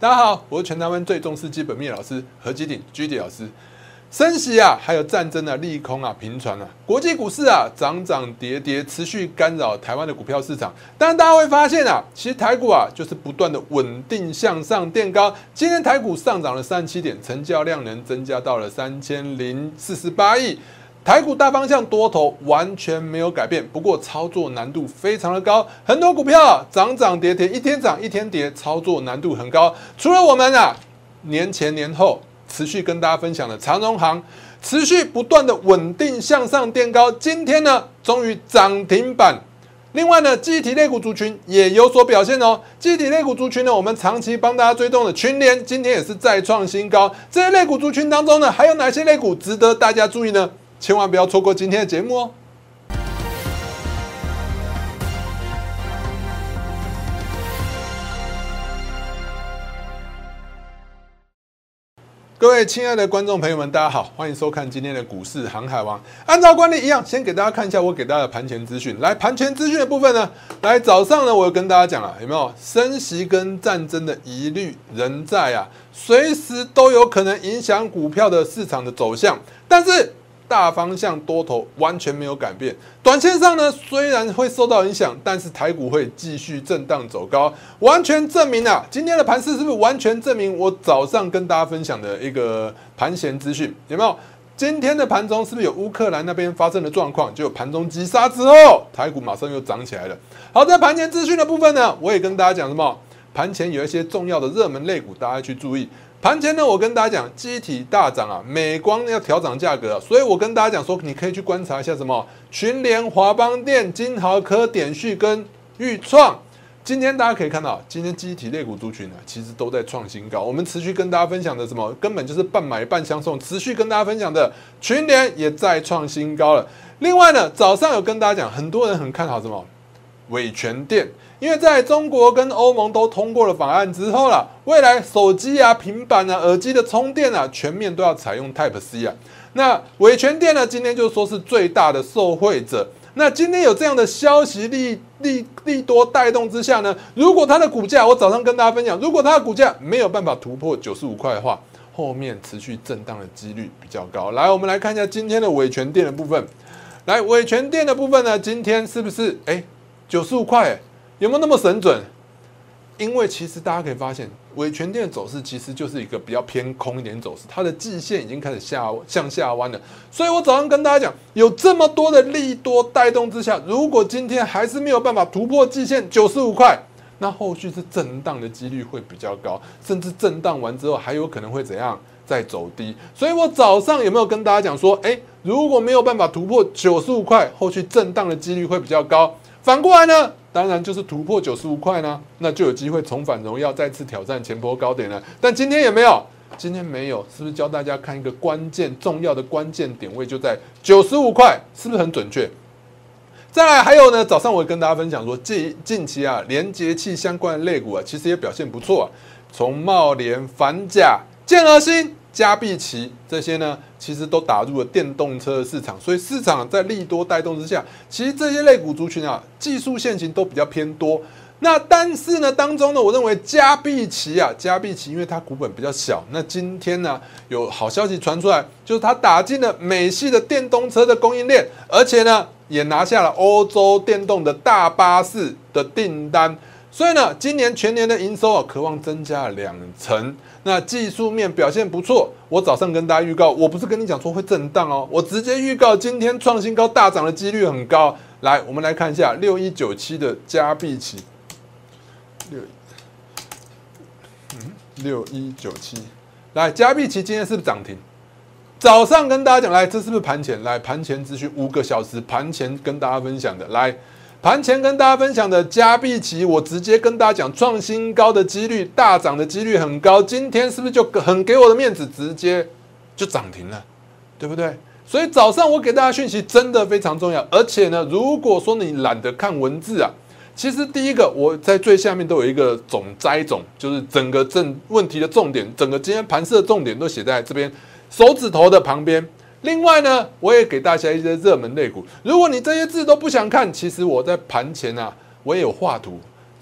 大家好，我是全台湾最重视基本面老师何基鼎 GD 老师。升息啊，还有战争啊，利空啊，频传啊，国际股市啊涨涨跌跌，持续干扰台湾的股票市场。当然，大家会发现啊，其实台股啊就是不断的稳定向上垫高。今天台股上涨了37点，成交量能增加到了3048亿。台股大方向多头完全没有改变，不过操作难度非常的高，很多股票啊涨涨跌跌，一天涨一天跌，操作难度很高。除了我们啊年前年后持续跟大家分享的长荣航，持续不断的稳定向上垫高，今天呢终于涨停板。另外呢，记忆体类股族群也有所表现哦。记忆体类股族群呢，我们长期帮大家追踪的群联，今天也是再创新高。这些类股族群当中呢，还有哪些类股值得大家注意呢？千万不要错过今天的节目哦！各位亲爱的观众朋友们，大家好，欢迎收看今天的股市航海王。按照惯例一样，先给大家看一下我给大家的盘前资讯。来，盘前资讯的部分呢，来早上呢，我有跟大家讲了，有没有升息跟战争的疑虑仍在啊，随时都有可能影响股票的市场的走向，但是大方向多头完全没有改变，短线上呢虽然会受到影响，但是台股会继续震荡走高，完全证明啊，今天的盘势是不是完全证明我早上跟大家分享的一个盘前资讯有没有？今天的盘中是不是有乌克兰那边发生的状况？就盘中急杀之后，台股马上又涨起来了。好，在盘前资讯的部分呢，我也跟大家讲什么？盘前有一些重要的热门类股，大家去注意。盘前呢，我跟大家讲，记忆体大涨啊，美光要调涨价格，所以我跟大家讲说，你可以去观察一下什么群联、华邦电、金豪科、点序跟裕创。今天大家可以看到，今天记忆体类股族群呢，其实都在创新高。我们持续跟大家分享的什么，根本就是半买半相送。持续跟大家分享的群联也在创新高了。另外呢，早上有跟大家讲，很多人很看好什么伟全电。因为在中国跟欧盟都通过了法案之后啦，未来手机啊、平板啊、耳机的充电啊，全面都要采用 Type C 啊。那伟全电呢，今天就说是最大的受惠者。那今天有这样的消息利多带动之下呢，如果它的股价，我早上跟大家分享，如果它的股价没有办法突破95块的话，后面持续震荡的几率比较高。来，我们来看一下今天的伟全电的部分。来，伟全电的部分呢，今天是不是95块？有没有那么神准？因为其实大家可以发现，伟全电的走势其实就是一个比较偏空一点走势，它的季线已经开始向下弯了。所以我早上跟大家讲，有这么多的利多带动之下，如果今天还是没有办法突破季线95块，那后续是震荡的几率会比较高，甚至震荡完之后还有可能会怎样再走低。所以我早上有没有跟大家讲说，如果没有办法突破95块，后续震荡的几率会比较高。反过来呢，当然就是突破95块呢，那就有机会重返荣耀，再次挑战前波高点了。但今天也没有，今天没有，是不是教大家看一个关键重要的关键点位就在95块，是不是很准确？再来还有呢，早上我也跟大家分享说，近期啊，连结器相关的类股啊，其实也表现不错啊，从茂联、反甲、建和兴、嘉必奇这些呢，其实都打入了电动车的市场，所以市场在利多带动之下，其实这些类股族群啊，技术线型都比较偏多。那但是呢，当中呢，我认为嘉必奇因为它股本比较小，那今天呢有好消息传出来，就是它打进了美系的电动车的供应链，而且呢也拿下了欧洲电动的大巴士的订单。所以呢，今年全年的营收啊，渴望增加了20%。那技术面表现不错，我早上跟大家预告，我不是跟你讲说会震荡哦，我直接预告今天创新高大涨的几率很高。来，我们来看一下6197的嘉必奇，6197，来，嘉必奇今天是不是涨停？早上跟大家讲，来，这是不是盘前？来，盘前资讯5个小时，盘前跟大家分享的，来。盘前跟大家分享的嘉必奇，我直接跟大家讲，创新高的几率、大涨的几率很高。今天是不是就很给我的面子，直接就涨停了，对不对？所以早上我给大家讯息真的非常重要。而且呢，如果说你懒得看文字啊，其实第一个我在最下面都有一个总摘总，就是整个问题的重点，整个今天盘势的重点都写在这边手指头的旁边。另外呢，我也给大家一些热门类股。如果你这些字都不想看，其实我在盘前啊，我也有画图。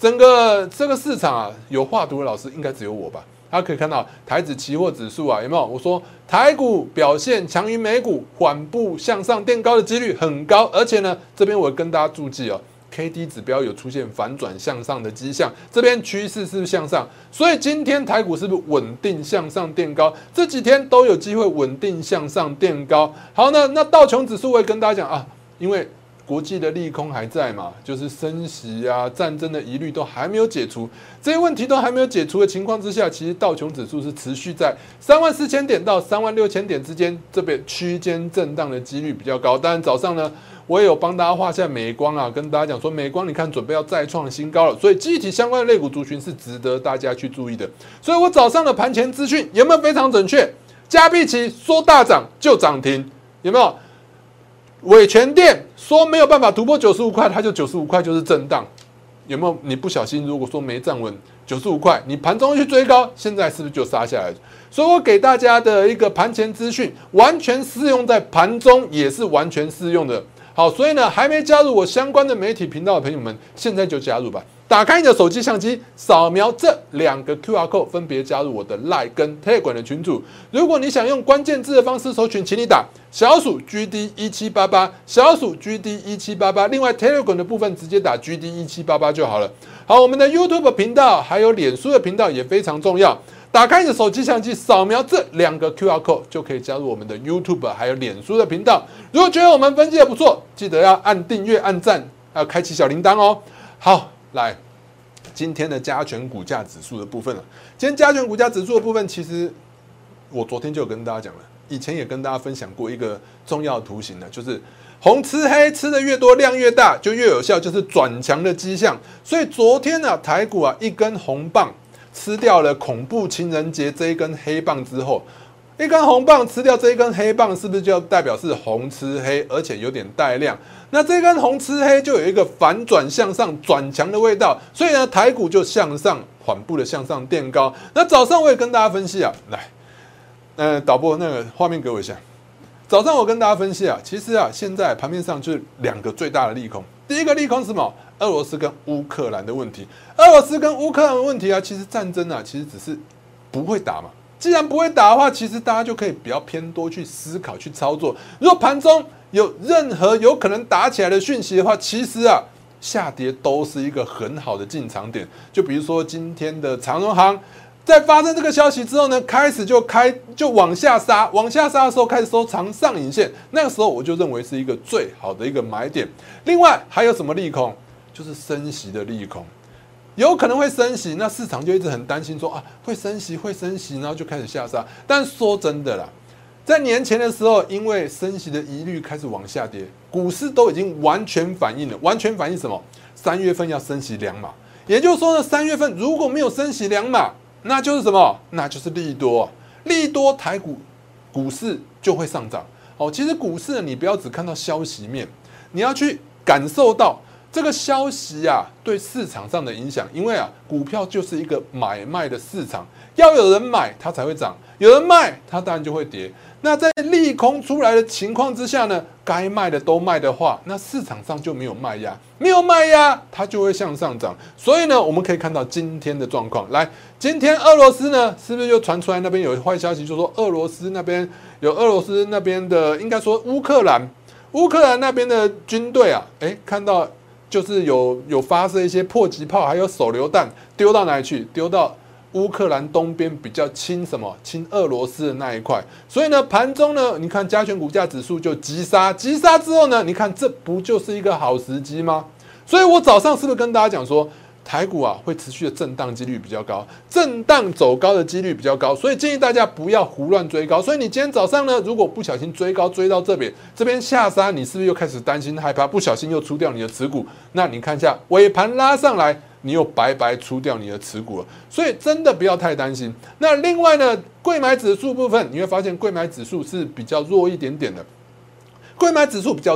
整个这个市场啊，有画图的老师应该只有我吧？大家可以看到台指期货指数啊，有没有？我说台股表现强于美股，缓步向上垫高的几率很高，而且呢，这边我跟大家注记哦。KD 指标有出现反转向上的迹象，这边趋势是不是向上？所以今天台股是不是稳定向上垫高？这几天都有机会稳定向上垫高。好呢，那道琼指数我也跟大家讲啊，因为国际的利空还在嘛，就是升息啊、战争的疑虑都还没有解除，这些问题都还没有解除的情况之下，其实道琼指数是持续在34000点到36000点之间，这边区间震荡的几率比较高。当然早上呢，我也有帮大家画下美光啊，跟大家讲说美光你看准备要再创新高了，所以记忆体相关的类股族群是值得大家去注意的。所以我早上的盘前资讯有没有非常准确？嘉必奇说大涨就涨停，有没有？伟全电说没有办法突破95块，它就95块就是震荡，有没有？你不小心如果说没站稳95块，你盘中去追高，现在是不是就杀下来？所以我给大家的一个盘前资讯，完全适用在盘中，也是完全适用的。好，所以呢，还没加入我相关的媒体频道的朋友们，现在就加入吧。打开你的手机相机，扫描这2个 QR code， 分别加入我的 LINE 跟 Telegram 的群组。如果你想用关键字的方式搜寻，请你打小鼠 GD1788，小鼠 GD1788。另外 Telegram 的部分直接打 GD1788 就好了。好，我们的 YouTube 频道还有脸书的频道也非常重要。打开你的手机相机，扫描这2个 QR code 就可以加入我们的 YouTube 还有脸书的频道。如果觉得我们分析的不错，记得要按订阅、按赞，还有开启小铃铛哦。好，来今天的加权股价指数的部分了。今天加权股价指数的部分，其实我昨天就有跟大家讲了，以前也跟大家分享过一个重要的图形呢，就是红吃黑，吃的越多，量越大，就越有效，就是转强的迹象。所以昨天呢，台股啊一根红棒。吃掉了恐怖情人节这一根黑棒之后，一根红棒吃掉这一根黑棒，是不是就代表是红吃黑，而且有点带量？那这根红吃黑就有一个反转向上转强的味道，所以呢，台股就向上缓步的向上垫高。那早上我也跟大家分析啊，来，导播那个画面给我一下。早上我跟大家分析啊，其实啊，现在盘面上就是2个最大的利空。第一个利空是什么？俄罗斯跟乌克兰的问题。俄罗斯跟乌克兰的问题啊，其实战争啊，其实只是不会打嘛。既然不会打的话，其实大家就可以比较偏多去思考、去操作。如果盘中有任何有可能打起来的讯息的话，其实啊，下跌都是一个很好的进场点。就比如说今天的长荣航。在发生这个消息之后呢，开始就往下杀，往下杀的时候开始收长上影线，那个时候我就认为是一个最好的一个买点。另外还有什么利空？就是升息的利空，有可能会升息，那市场就一直很担心说啊会升息，然后就开始下杀。但说真的啦，在年前的时候，因为升息的疑虑开始往下跌，股市都已经完全反映了，完全反映什么？3月份要升息2码，也就是说呢，3月份如果没有升息2码。那就是什么？那就是利多，利多台股股市就会上涨。哦，其实股市呢，你不要只看到消息面，你要去感受到这个消息啊对市场上的影响。因为啊，股票就是一个买卖的市场，要有人买它才会涨，有人卖它当然就会跌。那在利空出来的情况之下呢，该卖的都卖的话，那市场上就没有卖压，没有卖压，它就会向上涨。所以呢，我们可以看到今天的状况。来，今天俄罗斯呢，是不是又传出来那边有坏消息，就说俄罗斯那边的，应该说乌克兰那边的军队啊，看到就是有发射一些迫击炮，还有手榴弹丢到哪里去？丢到乌克兰东边比较亲俄罗斯的那一块，所以呢，盘中呢，你看加权股价指数就急杀之后呢，你看这不就是一个好时机吗？所以我早上是不是跟大家讲说，台股啊会持续的震荡几率比较高，震荡走高的几率比较高，所以建议大家不要胡乱追高。所以你今天早上呢，如果不小心追高追到这边下杀，你是不是又开始担心害怕，不小心又出掉你的持股？那你看一下尾盘拉上来，你又白白出掉你的持股了，所以真的不要太担心。那另外呢，柜买指数部分，你会发现柜买指数是比较弱一点点的，柜买指数比较弱，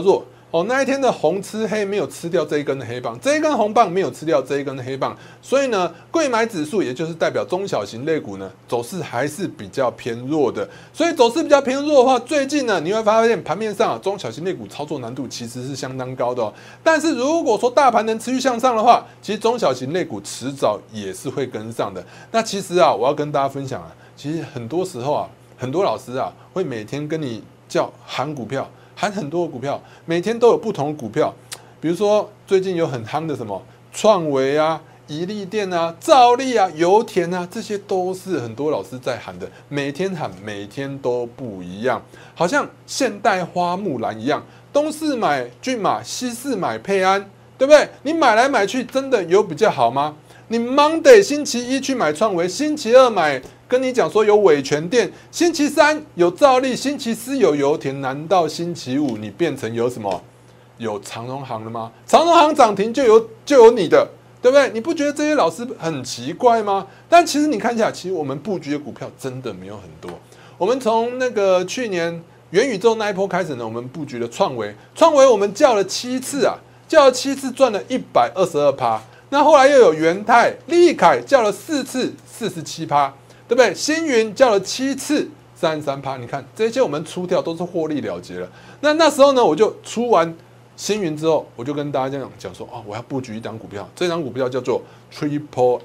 那一天的红吃黑没有吃掉这一根的黑棒，这一根红棒没有吃掉这一根的黑棒，所以呢，贵买指数也就是代表中小型类股呢走势还是比较偏弱的。所以走势比较偏弱的话，最近呢你会发现盘面上中小型类股操作难度其实是相当高的哦。但是如果说大盘能持续向上的话，其实中小型类股迟早也是会跟上的。那其实我要跟大家分享其实很多时候很多老师会每天跟你叫喊股票。喊很多的股票，每天都有不同的股票，比如说最近有很夯的什么创维宜利电兆利油田这些都是很多老师在喊的，每天喊，每天都不一样，好像现代花木兰一样，东市买骏马，西市买沛安，对不对？你买来买去，真的有比较好吗？你 Monday 星期一去买创维，星期二买。跟你讲说有伟全店，星期三有兆利，星期四有油田，难道星期五你变成有什么有长荣航了吗？长荣航涨停就有你的，对不对？你不觉得这些老师很奇怪吗？但其实你看一下，其实我们布局的股票真的没有很多。我们从那个去年元宇宙那一波开始呢，我们布局了创维我们叫了7次叫了7次赚了122%。那后来又有元泰、立凯叫了4次47%。对不对？星云叫了7次33%，你看这些我们出掉都是获利了结了。那时候呢，我就出完星云之后，我就跟大家这样讲说，我要布局一档股票，这档股票叫做 Triple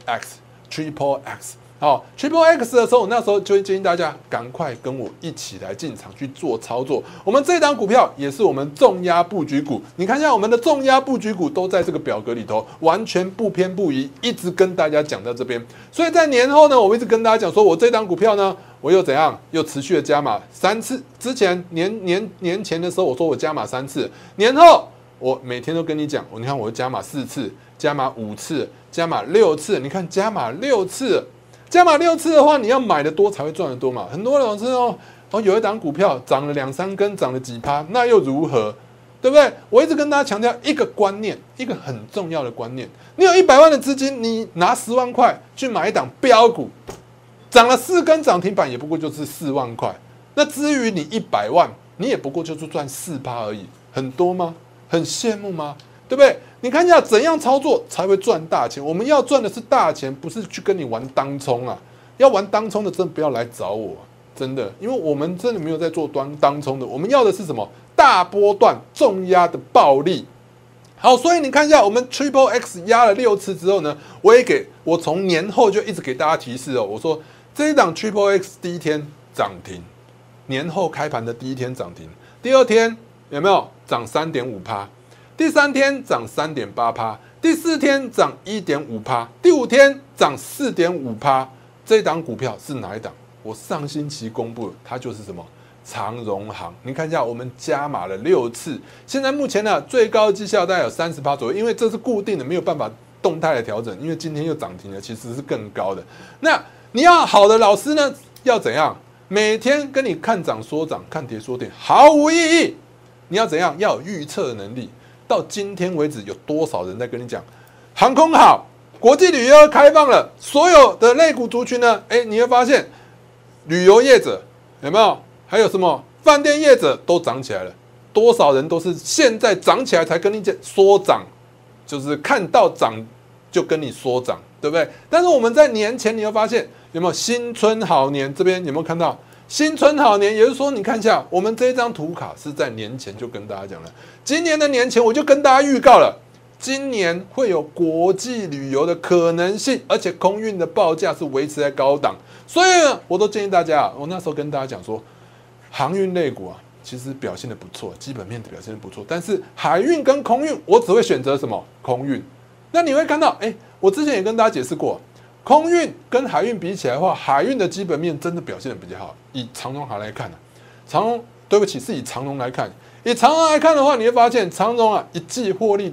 X。好 ，Triple X 的时候，我那时候就会建议大家赶快跟我一起来进场去做操作。我们这档股票也是我们重压布局股，你看一下我们的重压布局股都在这个表格里头，完全不偏不倚，一直跟大家讲到这边。所以在年后呢，我一直跟大家讲说，我这档股票呢，我又怎样，又持续的加码3次。之前年前的时候，我说我加码3次，年后我每天都跟你讲，你看我加码4次，加码5次，加码6次，你看加码6次。加码6次的话，你要买的多才会赚得多嘛。很多老师有一档股票涨了2-3根，涨了几%，那又如何？对不对？我一直跟大家强调一个观念，一个很重要的观念。你有100万的资金，你拿10万块去买一档标股，涨了4根涨停板，也不过就是4万块。那至于你100万，你也不过就是赚4%而已，很多吗？很羡慕吗？对不对？你看一下怎样操作才会赚大钱？我们要赚的是大钱，不是去跟你玩当冲要玩当冲的，真的不要来找我，真的，因为我们真的没有在做当冲的。我们要的是什么？大波段重压的暴利。好，所以你看一下，我们 Triple X 压了6次之后呢，我从年后就一直给大家提示我说这一档 Triple X 第一天涨停，年后开盘的第一天涨停，第二天有没有涨3.5%？第3天涨3.8%，第4天涨1.5%，第5天涨4.5%。这档股票是哪一档？我上星期公布的，它就是什么？长荣航。你看一下，我们加码了6次，现在目前呢最高绩效大概有30%左右，因为这是固定的，没有办法动态的调整。因为今天又涨停了，其实是更高的。那你要好的老师呢，要怎样？每天跟你看涨说涨，看跌说跌，毫无意义。你要怎样？要有预测的能力。到今天为止，有多少人在跟你讲航空好，国际旅游开放了，所有的类股族群呢？你会发现旅游业者有没有？还有什么饭店业者都涨起来了？多少人都是现在涨起来才跟你讲说涨，就是看到涨就跟你说涨，对不对？但是我们在年前你会发现有没有新春好年？这边有没有看到？新春好年，也就是说，你看一下，我们这张图卡是在年前就跟大家讲了。今年的年前我就跟大家预告了，今年会有国际旅游的可能性，而且空运的报价是维持在高档，所以呢，我都建议大家我那时候跟大家讲说，航运类股其实表现的不错，基本面的表现的不错，但是海运跟空运，我只会选择什么？空运。那你会看到，我之前也跟大家解释过。空运跟海运比起来的话，海运的基本面真的表现的比较好。以长荣航来看长荣对不起，是以长荣来看。以长荣来看的话，你会发现长荣一季获利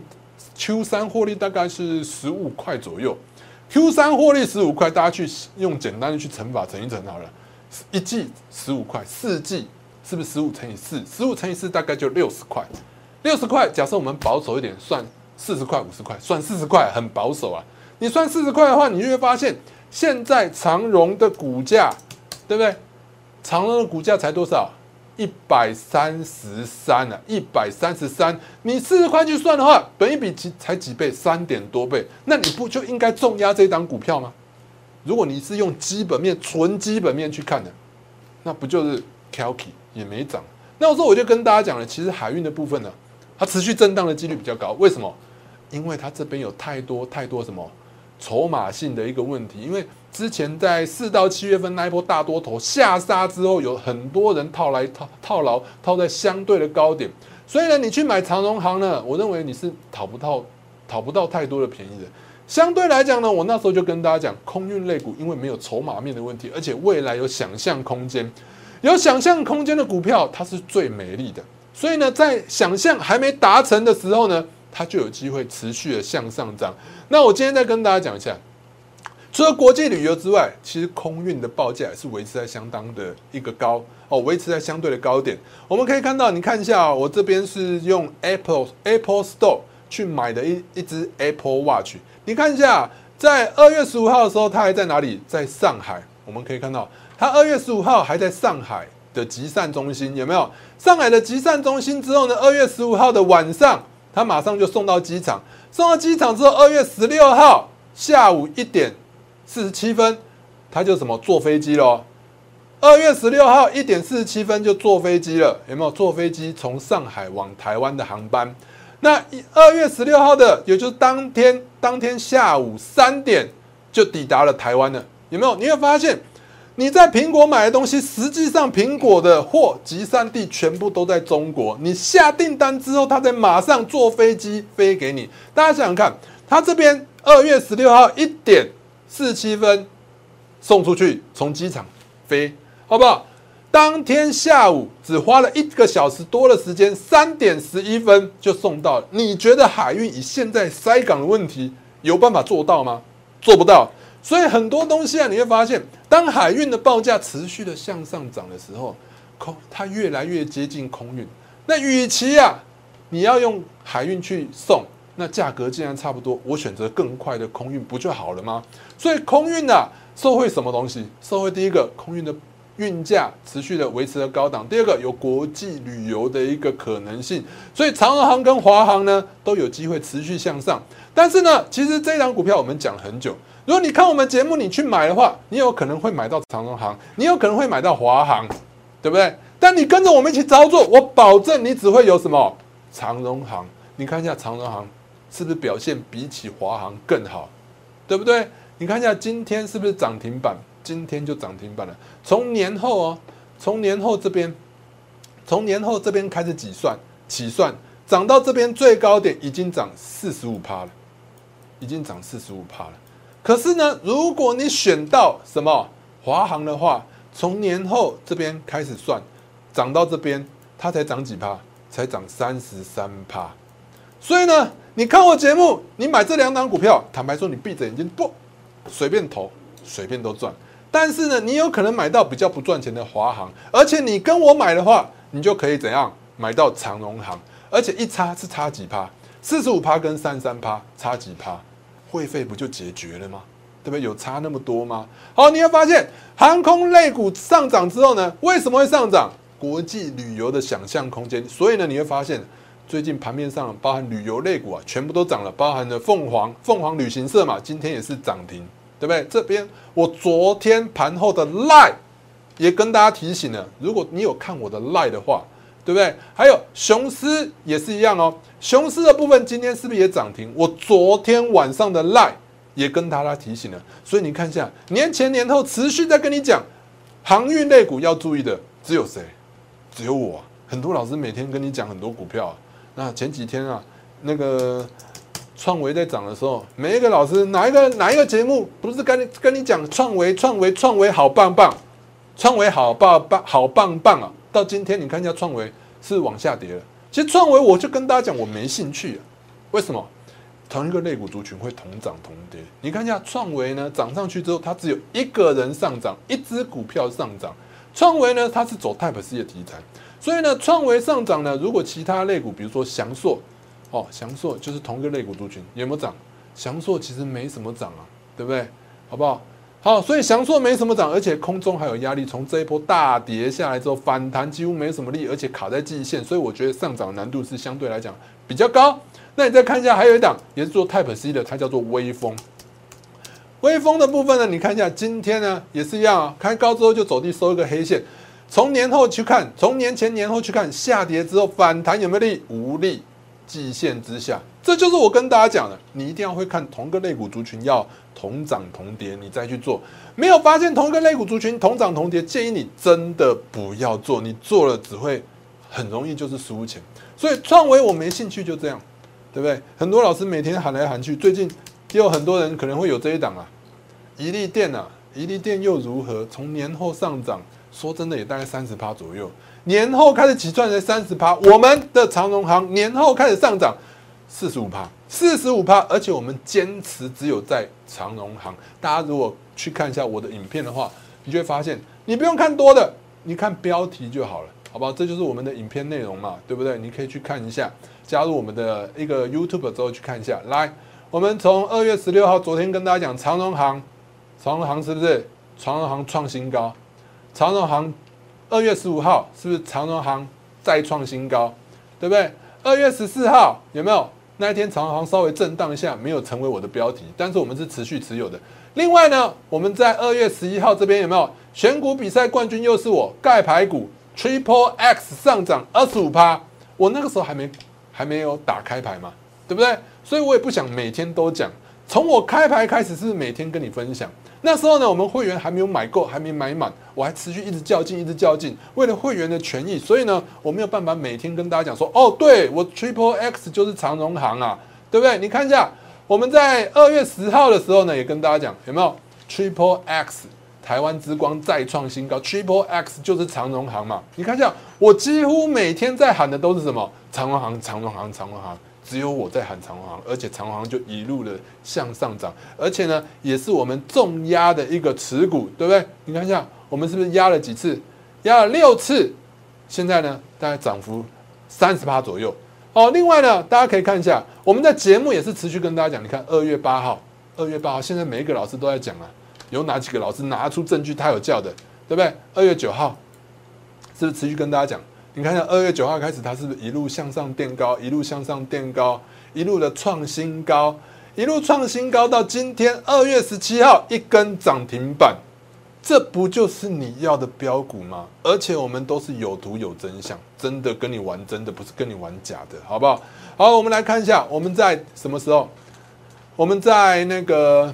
Q3 获利大概是15块左右。Q3 获利15块，大家去用简单的去乘法乘一乘好了，一季15块，4季是不是15乘以4？15乘以4大概就60块。60块，假设我们保守一点，算40块、50块，算40块很保守你算40块的话，你就会发现，现在长荣的股价，对不对？长荣的股价才多少 133啊，133，你40块去算的话，本益比才几倍，3点多倍，那你不就应该重压这一档股票吗？如果你是用基本面、纯基本面去看的，那不就是 Kelky 也没涨？那时候我就跟大家讲了，其实海运的部分呢，它持续震荡的几率比较高，为什么？因为它这边有太多什么筹码性的一个问题，因为之前在4到7月份那一波大多头下杀之后，有很多人套牢在相对的高点，所以呢，你去买长荣航呢，我认为你是讨不到太多的便宜的。相对来讲呢，我那时候就跟大家讲，空运类股因为没有筹码面的问题，而且未来有想象空间，有想象空间的股票它是最美丽的，所以呢，在想象还没达成的时候呢，它就有机会持续的向上涨。那我今天再跟大家讲一下，除了国际旅游之外，其实空运的报价也是维持在相当的一个高哦，维持在相对的高点。我们可以看到，你看一下我这边是用 Apple Store 去买的一只 Apple Watch， 你看一下，在2月15号的时候，它还在哪里？在上海。我们可以看到，它2月15号还在上海的集散中心，有没有？上海的集散中心之后呢，2月15号的晚上，它马上就送到机场。送到机场之后，2月16号下午1点47分，他就什么坐飞机咯。2月16号1点47分就坐飞机了，有没有？坐飞机从上海往台湾的航班。那2月16号的，也就是当天下午3点就抵达了台湾了，有没有？你会发现，你在苹果买的东西，实际上苹果的货集散地全部都在中国。你下订单之后，他再马上坐飞机飞给你。大家想想看，他这边2月16号1点47分送出去，从机场飞，好不好？当天下午只花了1个小时多的时间，3点11分就送到了。你觉得海运以现在塞港的问题有办法做到吗？做不到。所以很多东西啊，你会发现，当海运的报价持续的向上涨的时候，它越来越接近空运。那与其啊，你要用海运去送，那价格既然差不多，我选择更快的空运不就好了吗？所以空运啊，受惠什么东西？受惠第一个，空运的运价持续的维持了高档；第二个，有国际旅游的一个可能性，所以长荣航跟华航呢都有机会持续向上。但是呢，其实这一档股票我们讲了很久，如果你看我们节目你去买的话，你有可能会买到长荣航，你有可能会买到华航，对不对？但你跟着我们一起操作，我保证你只会有什么长荣航。你看一下长荣航是不是表现比起华航更好，对不对？你看一下今天是不是涨停板？今天就涨停板了。从年后这边开始起算，涨到这边最高点已经涨45%了，已经涨45%了。可是呢，如果你选到什么华航的话，从年后这边开始算，涨到这边，它才涨几趴？才涨33%。所以呢，你看我节目，你买这2档股票，坦白说，你闭着眼睛不随便投，随便都赚。但是呢，你有可能买到比较不赚钱的华航，而且你跟我买的话，你就可以怎样买到长荣航，而且一差是差几趴，45%跟33%差几趴，会费不就解决了吗？对不对？有差那么多吗？好，你会发现航空类股上涨之后呢，为什么会上涨？国际旅游的想象空间，所以呢，你会发现最近盘面上包含旅游类股啊，全部都涨了，包含了凤凰旅行社嘛，今天也是涨停。对不对？这边我昨天盘后的 LINE 也跟大家提醒了，如果你有看我的 LINE 的话，对不对？还有雄狮也是一样哦，雄狮的部分今天是不是也涨停？我昨天晚上的 LINE 也跟大家提醒了，所以你看一下，年前年后持续在跟你讲，航运类股要注意的只有谁？只有我。很多老师每天跟你讲很多股票，那前几天啊，那个创维在涨的时候，每一个老师哪一个节目不是跟你讲创维好棒棒，创维好棒棒啊！到今天你看一下创维是往下跌了。其实创维我就跟大家讲我没兴趣啊，为什么？同一个类股族群会同涨同跌。你看一下创维呢，涨上去之后，它只有一个人上涨，一只股票上涨。创维呢，它是走 Type C 的题材，所以呢，创维上涨呢，如果其他类股，比如说翔硕。翔硕就是同一个类股族群，有没有涨？翔硕其实没什么涨啊，对不对？好不好？ 好，所以翔硕没什么涨，而且空中还有压力，从这一波大跌下来之后反弹几乎没什么力，而且卡在季线，所以我觉得上涨难度是相对来讲比较高。那你再看一下，还有一档也是做 Type C 的，它叫做微风。微风的部分呢，你看一下，今天呢也是一样啊，开高之后就走低收一个黑线。从年后去看，从年前年后去看，下跌之后反弹有没有力？无力，季线之下，这就是我跟大家讲的，你一定要会看同个类股族群要同涨同跌，你再去做。没有发现同一个类股族群同涨同跌，建议你真的不要做，你做了只会很容易就是输钱。所以创维我没兴趣，就这样，对不对？很多老师每天喊来喊去，最近也有很多人可能会有这一档啊，宜利电啊，宜利电又如何？从年后上涨。说真的，也大概30%左右。年后开始起赚才30%，我们的长荣航年后开始上涨45%，而且我们坚持只有在长荣航。大家如果去看一下我的影片的话，你就会发现，你不用看多的，你看标题就好了，好不好？这就是我们的影片内容嘛，对不对？你可以去看一下，加入我们的一个 YouTube 之后去看一下。来，我们从2月16号，昨天跟大家讲长荣航是不是？长荣航创新高。长荣航2月15号是不是长荣航再创新高，对不对？2月14号有没有？那一天长荣航稍微震荡一下，没有成为我的标题，但是我们是持续持有的。另外呢，我们在2月11号这边有没有选股比赛冠军？又是我盖牌股 Triple X 上涨25%，我那个时候还没有打开牌嘛，对不对？所以我也不想每天都讲。从我开牌开始是每天跟你分享。那时候呢，我们会员还没有买够，还没买满，我还持续一直较劲，为了会员的权益，所以呢，我没有办法每天跟大家讲说，哦，对我 Triple X 就是长荣航啊，对不对？你看一下，我们在2月10号的时候呢，也跟大家讲，有没有 Triple X 台湾之光再创新高 ，Triple X 就是长荣航嘛。你看一下，我几乎每天在喊的都是什么？长荣航。只有我在喊长荣航，而且长荣航就一路的向上涨，而且呢，也是我们重压的一个持股，对不对？你看一下，我们是不是压了几次？压了6次，现在呢，大概涨幅30%左右。哦，另外呢，大家可以看一下，我们在节目也是持续跟大家讲，你看2月8号，现在每一个老师都在讲啊，有哪几个老师拿出证据他有叫的，对不对？2月9号，是不是持续跟大家讲？你看一下2月9号开始，它是不是一路向上垫高，一路的创新高，到今天2月17号一根涨停板，这不就是你要的标股吗？而且我们都是有图有真相，真的跟你玩真的，不是跟你玩假的，好不好？好，我们来看一下，我们在什么时候？我们在那个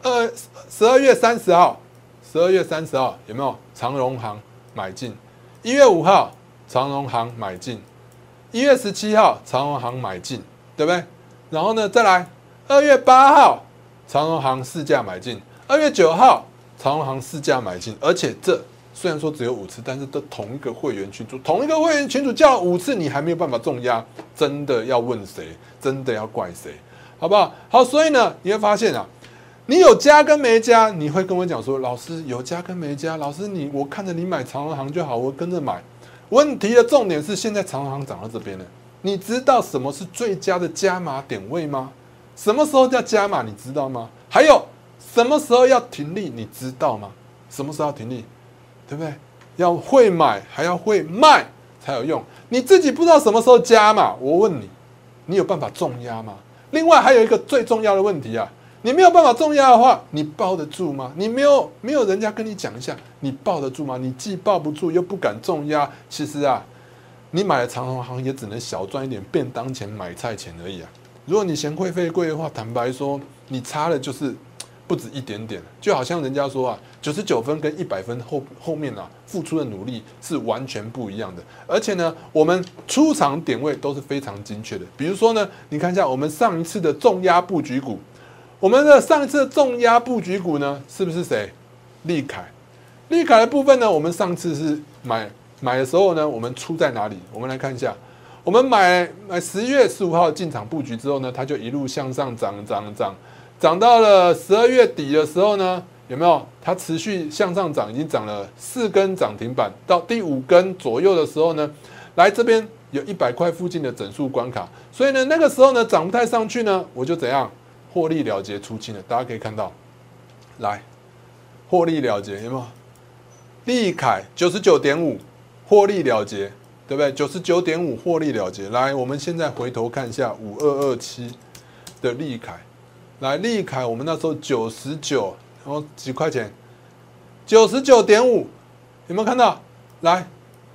12月30号有没有长荣航买进？1月5号。长荣航买进，1月17号长荣航买进，对不对？然后呢，再来2月8号长荣航市价买进，2月9号长荣航市价买进，而且这虽然说只有5次，但是都同一个会员群组，叫了5次，你还没有办法中压，真的要问谁？真的要怪谁？好不好？好，所以呢，你会发现啊，你有加跟没加，你会跟我讲说，老师有加跟没加，老师我看着你买长荣航就好，我跟着买。问题的重点是，现在长荣航涨到这边了，你知道什么是最佳的加码点位吗？什么时候叫加码，你知道吗？还有什么时候要停利，你知道吗？什么时候要停利，对不对？要会买，还要会卖才有用。你自己不知道什么时候加码，我问你，你有办法重压吗？另外还有一个最重要的问题啊，你没有办法重压的话，你抱得住吗？你没有人家跟你讲一下，你抱得住吗？你既抱不住又不敢重压，其实啊，你买了长荣航也只能小赚一点便当钱、买菜钱而已啊。如果你嫌会费贵的话，坦白说，你差的就是不止一点点，就好像人家说啊，99分跟100分后面啊付出的努力是完全不一样的。而且呢，我们出场点位都是非常精确的。比如说呢，你看一下我们上一次的重压布局股。我们的上一次的重压布局股呢，是不是谁？立凯的部分呢，我们上次是买的时候呢，我们出在哪里？我们来看一下，我们买11月15号进场布局之后呢，它就一路向上涨到了12月底的时候呢，有没有？它持续向上涨，已经涨了4根涨停板，到第5根左右的时候呢，来这边有100块附近的整数关卡，所以呢，那个时候呢涨不太上去呢，我就怎样？获利了结出清了，大家可以看到，来， 获利了结，有没有？立凯99.5获利了结，对不对？99.5获利了结。来，我们现在回头看一下5227的立凯，来，立凯我们那时候99，然后几块钱，99.5，有没有看到？来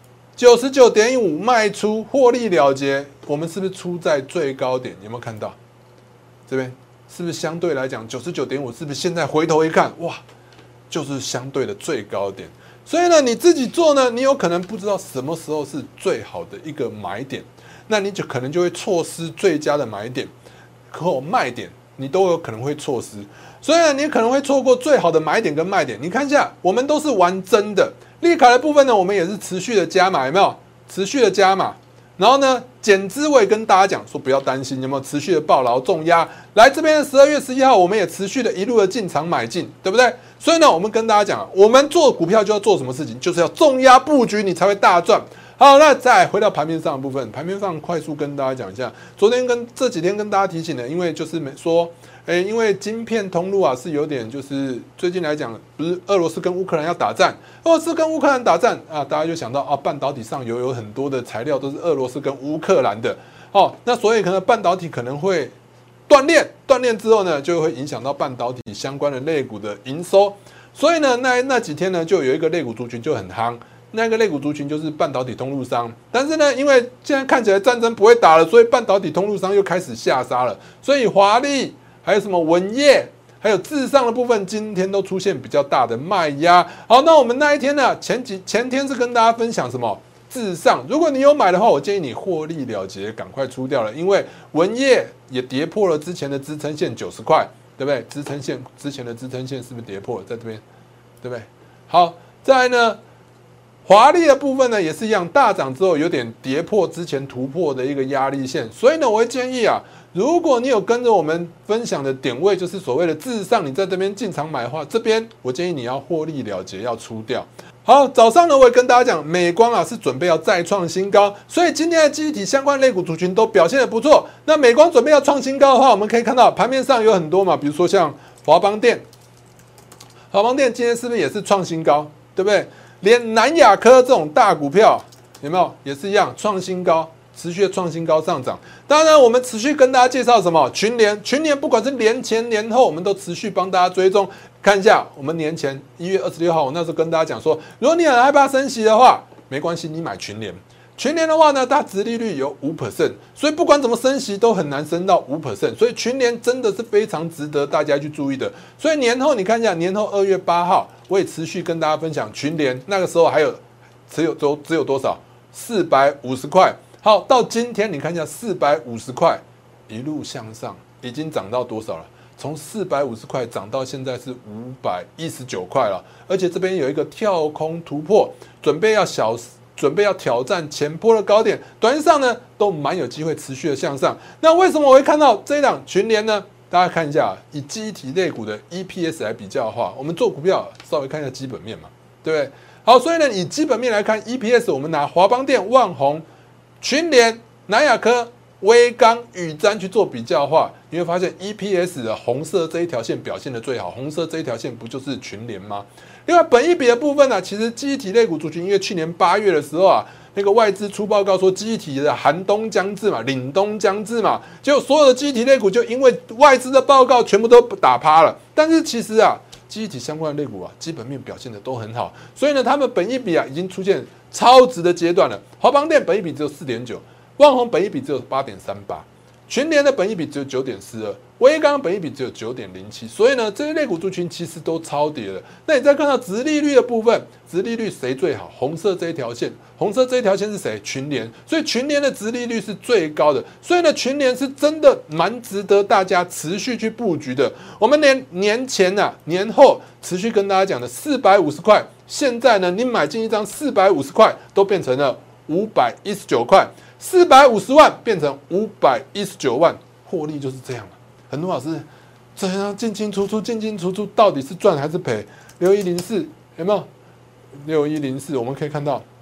，99.5卖出获利了结，我们是不是出在最高点？有没有看到？这边是不是相对来讲99.5？是不是现在回头一看，哇，就是相对的最高点？所以呢，你自己做呢，你有可能不知道什么时候是最好的一个买点，那你可能就会错失最佳的买点和卖点，你都有可能会错失。所以呢，你可能会错过最好的买点跟卖点。你看一下，我们都是玩真的。立凯的部分呢，我们也是持续的加码，有没有？持续的加码。然后呢，减资我也跟大家讲说，不要担心，有没有持续的抱牢重压？来这边的12月11号，我们也持续的一路的进场买进，对不对？所以呢，我们跟大家讲，我们做股票就要做什么事情，就是要重压布局，你才会大赚。好，那再回到盘面上的部分，盘面上快速跟大家讲一下，昨天跟这几天跟大家提醒的，因为就是说。因为晶片通路啊是有点，就是最近来讲，不是俄罗斯跟乌克兰要打战，俄罗斯跟乌克兰打战啊，大家就想到啊，半导体上游有很多的材料都是俄罗斯跟乌克兰的，哦，那所以可能半导体可能会断链之后呢，就会影响到半导体相关的类股的营收，所以呢，那几天呢，就有一个类股族群就很夯。那个类股族群就是半导体通路商，但是呢，因为现在看起来战争不会打了，所以半导体通路商又开始下杀了，所以华丽。还有什么文业，还有至上的部分，今天都出现比较大的卖压。好，那我们那一天呢，前天是跟大家分享什么？至上，如果你有买的话，我建议你获利了结，赶快出掉了，因为文业也跌破了之前的支撑线90块，对不对？支撑线之前的支撑线是不是跌破了？在这边，对不对？好，再来呢，华丽的部分呢也是一样，大涨之后有点跌破之前突破的一个压力线，所以呢，我会建议啊。如果你有跟着我们分享的点位，就是所谓的至上，你在这边进场买的话，这边我建议你要获利了结，要出掉。好，早上呢我也跟大家讲，美光啊是准备要再创新高，所以今天的记忆体相关类股族群都表现得不错。那美光准备要创新高的话，我们可以看到盘面上有很多嘛，比如说像华邦电，华邦电今天是不是也是创新高，对不对？连南亚科这种大股票有没有也是一样创新高？持续的创新高上涨，当然我们持续跟大家介绍什么群联，不管是年前年后，我们都持续帮大家追踪。看一下我们年前1月26号，我那时候跟大家讲说，如果你很害怕升息的话，没关系，你买群联。群联的话呢，它殖利率有5%，所以不管怎么升息都很难升到5%，所以群联真的是非常值得大家去注意的。所以年后你看一下，年后2月8号，我也持续跟大家分享群联，那个时候还有只有多少？450块。好，到今天你看一下450块，一路向上，已经涨到多少了？从450块涨到现在是519块了，而且这边有一个跳空突破，准备要挑战前波的高点，短线上呢都蛮有机会持续的向上。那为什么我会看到这一档群联呢？大家看一下，以记忆体类股的 EPS 来比较的话，我们做股票稍微看一下基本面嘛，对不对？好，所以呢，以基本面来看 EPS， 我们拿华邦电、万宏、群联、南亚科、威刚、宇瞻去做比较的话，你会发现 EPS 的红色这一条线表现的最好，红色这一条线不就是群联吗？另外，本益比的部分呢，其实记忆体类股族群，因为去年8月的时候啊，那个外资出报告说记忆体的寒冬将至嘛，凛冬将至嘛，结果所有的记忆体类股就因为外资的报告全部都打趴了。但是其实啊，记忆体相关的类股啊，基本面表现的都很好，所以呢，他们本益比啊已经出现超值的阶段了。华邦电本益比只有4.9，万宏本益比只有8.38，群联的本益比只有9.42，威刚本益比只有9.07，所以呢，这些类股族群其实都超跌了。那你再看到殖利率的部分，殖利率谁最好？红色这一条线，红色这一条线是谁？群联，所以群联的殖利率是最高的，所以呢，群联是真的蛮值得大家持续去布局的。我们年前啊，年后持续跟大家讲的450块，现在呢，你买进一张450块，都变成了519块。450万变成519万，获利就是这样了。很多老师这样进进出出，到底是赚还是赔？6104有没有？6104我们可以看到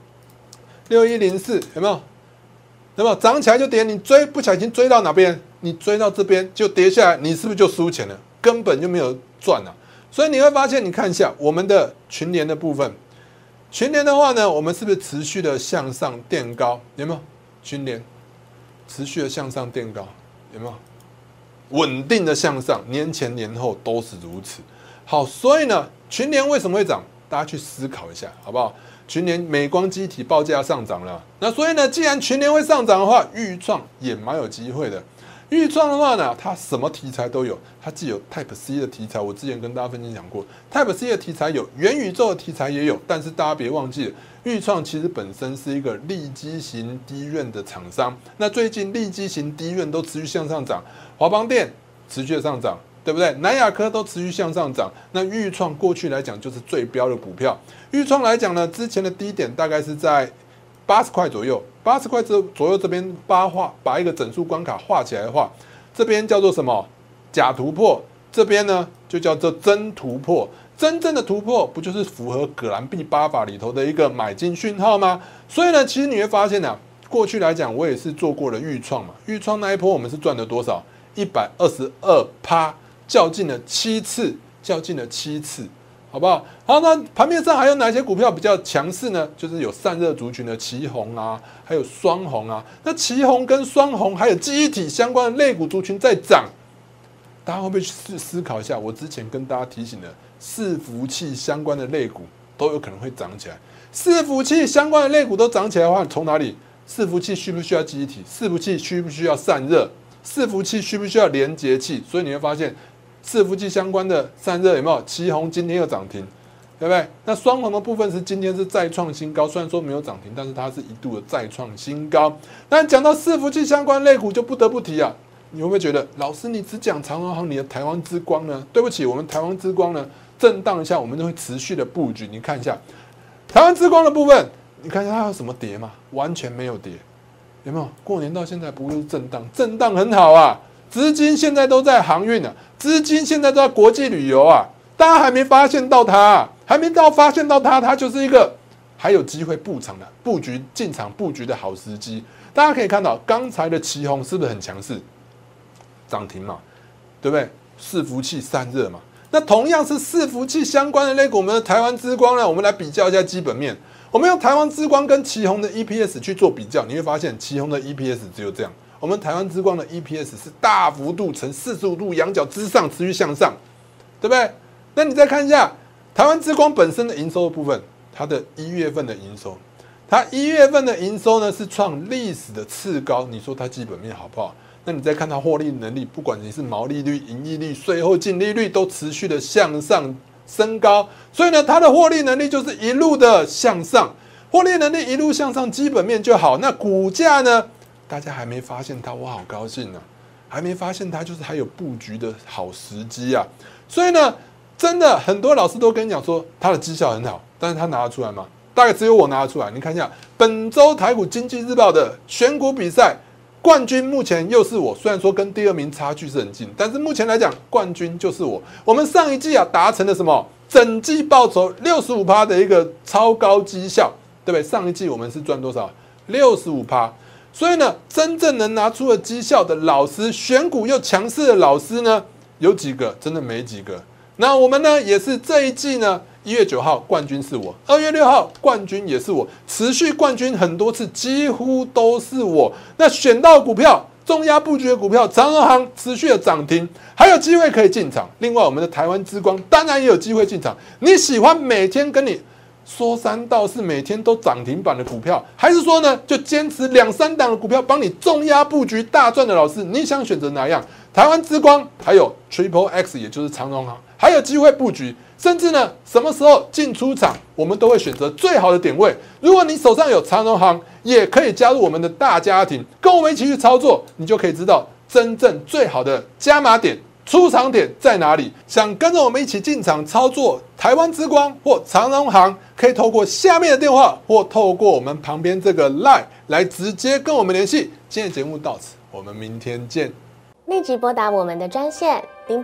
，6104有没有？有没有涨起来就跌？你不小心追到哪边？你追到这边就跌下来，你是不是就输钱了？根本就没有赚啊！ 所以你会发现，你看一下我们的群联的部分，群联的话呢，我们是不是持续的向上垫高？有没有？群联持续的向上垫高，有没有？稳定的向上，年前年后都是如此。好，所以呢，群联为什么会涨？大家去思考一下，好不好？群联美光基体报价上涨了，那所以呢，既然群联会上涨的话，裕创也蛮有机会的。裕创的话呢，它什么题材都有，它既有 Type C 的题材，我之前跟大家分享过 ，Type C 的题材有，元宇宙的题材也有，但是大家别忘记了，裕创其实本身是一个利基型低润的厂商，那最近利基型低润都持续向上涨，华邦电持续的上涨，对不对？南亚科都持续向上涨，那裕创过去来讲就是最标的股票，裕创来讲呢，之前的低点大概是在80块左右，80块左右这边把一个整数关卡画起来的话，这边叫做什么假突破，这边呢就叫做真突破。真正的突破不就是符合葛兰碧8法里头的一个买进讯号吗？所以呢，其实你会发现啊，过去来讲我也是做过了裕创嘛，裕创那一波我们是赚了多少？122%，较劲了7次，好不好？好，那盘面上还有哪些股票比较强势呢？就是有散热族群的奇鋐啊，还有双鋐啊。那奇鋐跟双鋐还有记忆体相关的类股族群在涨，大家会不会去思考一下？我之前跟大家提醒的伺服器相关的类股都有可能会涨起来。伺服器相关的类股都涨起来的话，从哪里？伺服器需不需要记忆体？伺服器需不需要散热？伺服器需不需要连接器？所以你会发现，伺服器相关的散热有没有？奇鋐今天又涨停，对不对？那双鋐的部分是今天是再创新高，虽然说没有涨停，但是它是一度的再创新高。那讲到伺服器相关类股，就不得不提啊，你会不会觉得老师你只讲长荣航，你的台湾之光呢？对不起，我们台湾之光呢震荡一下，我们就会持续的布局。你看一下台湾之光的部分，你看一下它有什么跌吗？完全没有跌，有没有？过年到现在不是震荡，震荡很好啊。资金现在都在航运啊，资金现在都在国际旅游啊，大家还没发现到它，它就是一个还有机会进场布局的好时机。大家可以看到，刚才的奇鋐是不是很强势？涨停嘛，对不对？伺服器散热嘛。那同样是伺服器相关的类股，我们的台湾之光呢，我们来比较一下基本面。我们用台湾之光跟奇鋐的 EPS 去做比较，你会发现奇鋐的 EPS 只有这样。我们台湾之光的 EPS 是大幅度呈45度仰角之上持续向上，对不对？那你再看一下台湾之光本身的营收的部分，它的1月份的营收，它1月份的营收呢是创历史的次高，你说它基本面好不好？那你再看它获利能力，不管你是毛利率、盈利率、税后净利率都持续的向上升高，所以呢，它的获利能力就是一路的向上，获利能力一路向上，基本面就好。那股价呢？大家还没发现它，我好高兴啊！还没发现它，就是还有布局的好时机啊！所以呢，真的很多老师都跟你讲说，它的绩效很好，但是他拿得出来吗？大概只有我拿得出来。你看一下本周台股经济日报的选股比赛，冠军目前又是我。虽然说跟第2名差距是很近，但是目前来讲，冠军就是我。我们上一季啊达成了什么？整季报酬65%的一个超高绩效，对不对？上一季我们是赚多少？65%。所以呢，真正能拿出了绩效的老师，选股又强势的老师呢，有几个？真的没几个。那我们呢，也是这一季呢，1月9号冠军是我，2月6号冠军也是我，持续冠军很多次，几乎都是我。那选到股票，重压布局的股票，长荣航持续的涨停，还有机会可以进场。另外，我们的台湾之光当然也有机会进场。你喜欢每天跟你说3道4每天都涨停板的股票，还是说呢，就坚持2、3档的股票帮你重压布局大赚的老师，你想选择哪样？台湾之光还有 Triple X， 也就是长荣航，还有机会布局，甚至呢，什么时候进出场，我们都会选择最好的点位。如果你手上有长荣航，也可以加入我们的大家庭，跟我们一起去操作，你就可以知道真正最好的加码点。出场点在哪里？想跟着我们一起进场操作台湾之光或长荣航，可以透过下面的电话或透过我们旁边这个 LINE 来直接跟我们联系。今天的节目到此，我们明天见。 立即拨打我们的专线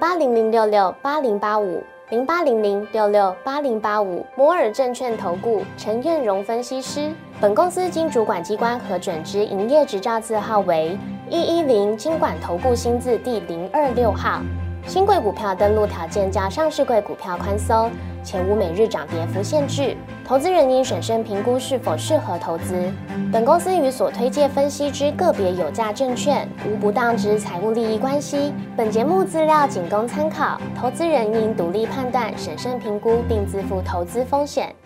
08006680850800668085摩尔证券投顾陈彦荣分析师。本公司经主管机关核准之营业执照字号为110金管投顾新字第026号。 新贵股票登录条件较上市贵股票宽松，且无每日涨跌幅限制，投资人应审慎评估是否适合投资。本公司与所推介分析之个别有价证券无不当之财务利益关系。本节目资料仅供参考，投资人应独立判断、审慎评估并自负投资风险。